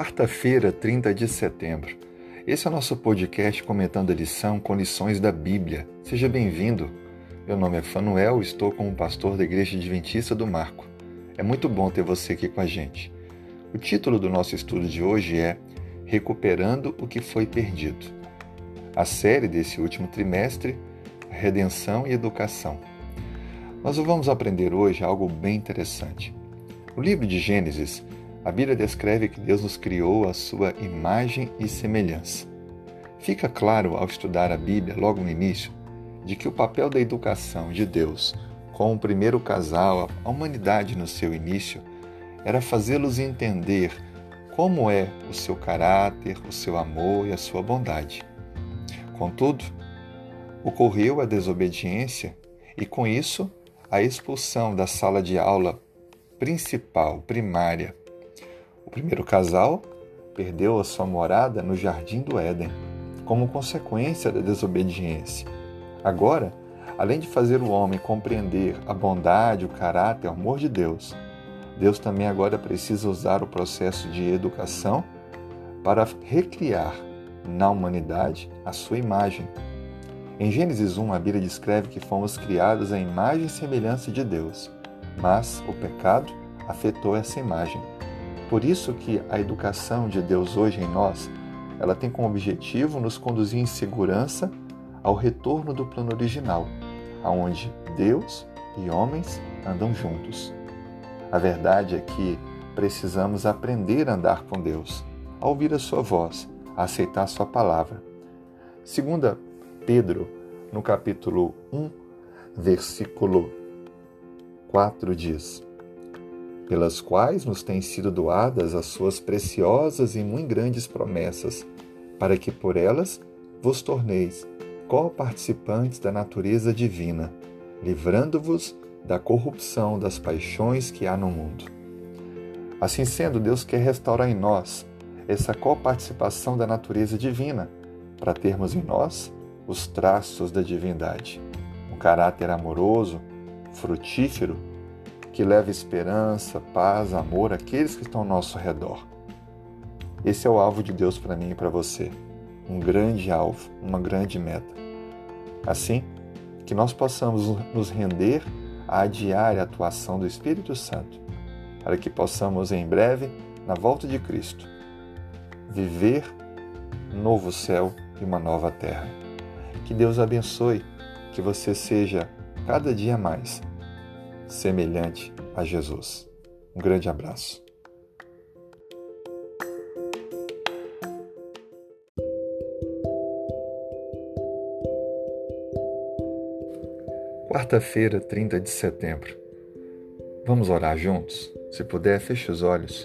Quarta-feira, 30 de setembro. Esse é o nosso podcast comentando a lição com lições da Bíblia. Seja bem-vindo. Meu nome é Fanuel, estou como pastor da Igreja Adventista do Marco. É muito bom ter você aqui com a gente. O título do nosso estudo de hoje é Recuperando o que foi perdido. A série desse último trimestre, Redenção e Educação. Nós vamos aprender hoje algo bem interessante. No livro de Gênesis, a Bíblia descreve que Deus nos criou à sua imagem e semelhança. Fica claro ao estudar a Bíblia logo no início de que o papel da educação de Deus com o primeiro casal, a humanidade no seu início, era fazê-los entender como é o seu caráter, o seu amor e a sua bondade. Contudo, ocorreu a desobediência e, com isso, a expulsão da sala de aula principal, primária. O primeiro casal perdeu a sua morada no Jardim do Éden, como consequência da desobediência. Agora, além de fazer o homem compreender a bondade, o caráter, o amor de Deus, Deus também agora precisa usar o processo de educação para recriar na humanidade a sua imagem. Em Gênesis 1, a Bíblia descreve que fomos criados à imagem e semelhança de Deus, mas o pecado afetou essa imagem. Por isso que a educação de Deus hoje em nós, ela tem como objetivo nos conduzir em segurança ao retorno do plano original, aonde Deus e homens andam juntos. A verdade é que precisamos aprender a andar com Deus, a ouvir a sua voz, a aceitar a sua palavra. 2 Pedro, no capítulo 1, versículo 4 diz: pelas quais nos têm sido doadas as suas preciosas e muito grandes promessas, para que por elas vos torneis co-participantes da natureza divina, livrando-vos da corrupção das paixões que há no mundo. Assim sendo, Deus quer restaurar em nós essa coparticipação da natureza divina, para termos em nós os traços da divindade, um caráter amoroso, frutífero, que leva esperança, paz, amor àqueles que estão ao nosso redor. Esse é o alvo de Deus para mim e para você, um grande alvo, uma grande meta. Assim, que nós possamos nos render à diária atuação do Espírito Santo, para que possamos em breve, na volta de Cristo, viver um novo céu e uma nova terra. Que Deus abençoe, que você seja cada dia mais semelhante a Jesus. Um grande abraço. Quarta-feira, 30 de setembro. Vamos orar juntos? Se puder, feche os olhos.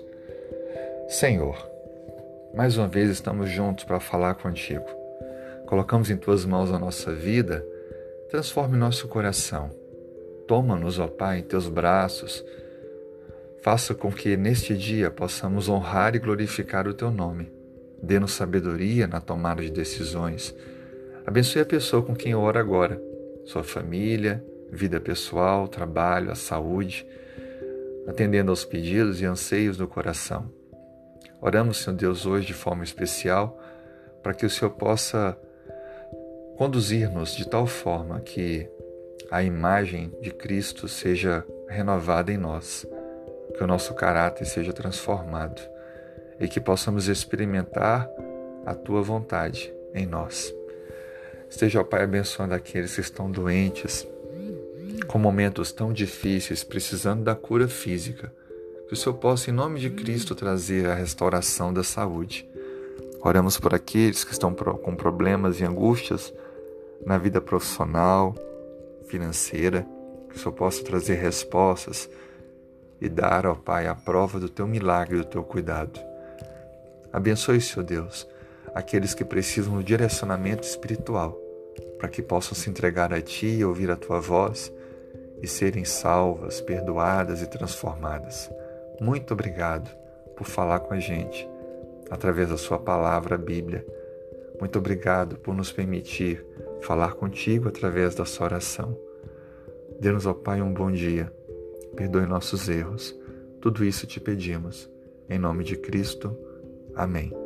Senhor, mais uma vez estamos juntos para falar contigo. Colocamos em tuas mãos a nossa vida, transforme nosso coração. Toma-nos, ó Pai, em teus braços. Faça com que neste dia possamos honrar e glorificar o teu nome. Dê-nos sabedoria na tomada de decisões. Abençoe a pessoa com quem eu oro agora, sua família, vida pessoal, trabalho, a saúde, atendendo aos pedidos e anseios do coração. Oramos, Senhor Deus, hoje de forma especial, para que o Senhor possa conduzir-nos de tal forma que a imagem de Cristo seja renovada em nós, que o nosso caráter seja transformado e que possamos experimentar a Tua vontade em nós. Esteja, ó Pai, abençoando aqueles que estão doentes, com momentos tão difíceis, precisando da cura física. Que o Senhor possa, em nome de Cristo, trazer a restauração da saúde. Oramos por aqueles que estão com problemas e angústias na vida profissional, financeira. Que o Senhor possa trazer respostas e dar, ó Pai, a prova do Teu milagre e do Teu cuidado. Abençoe, Senhor Deus, aqueles que precisam do direcionamento espiritual, para que possam se entregar a Ti e ouvir a Tua voz e serem salvas, perdoadas e transformadas. Muito obrigado por falar com a gente através da Sua palavra, a Bíblia. Muito obrigado por nos permitir falar contigo através da sua oração. Dê-nos, ó Pai, um bom dia. Perdoe nossos erros. Tudo isso te pedimos. Em nome de Cristo. Amém.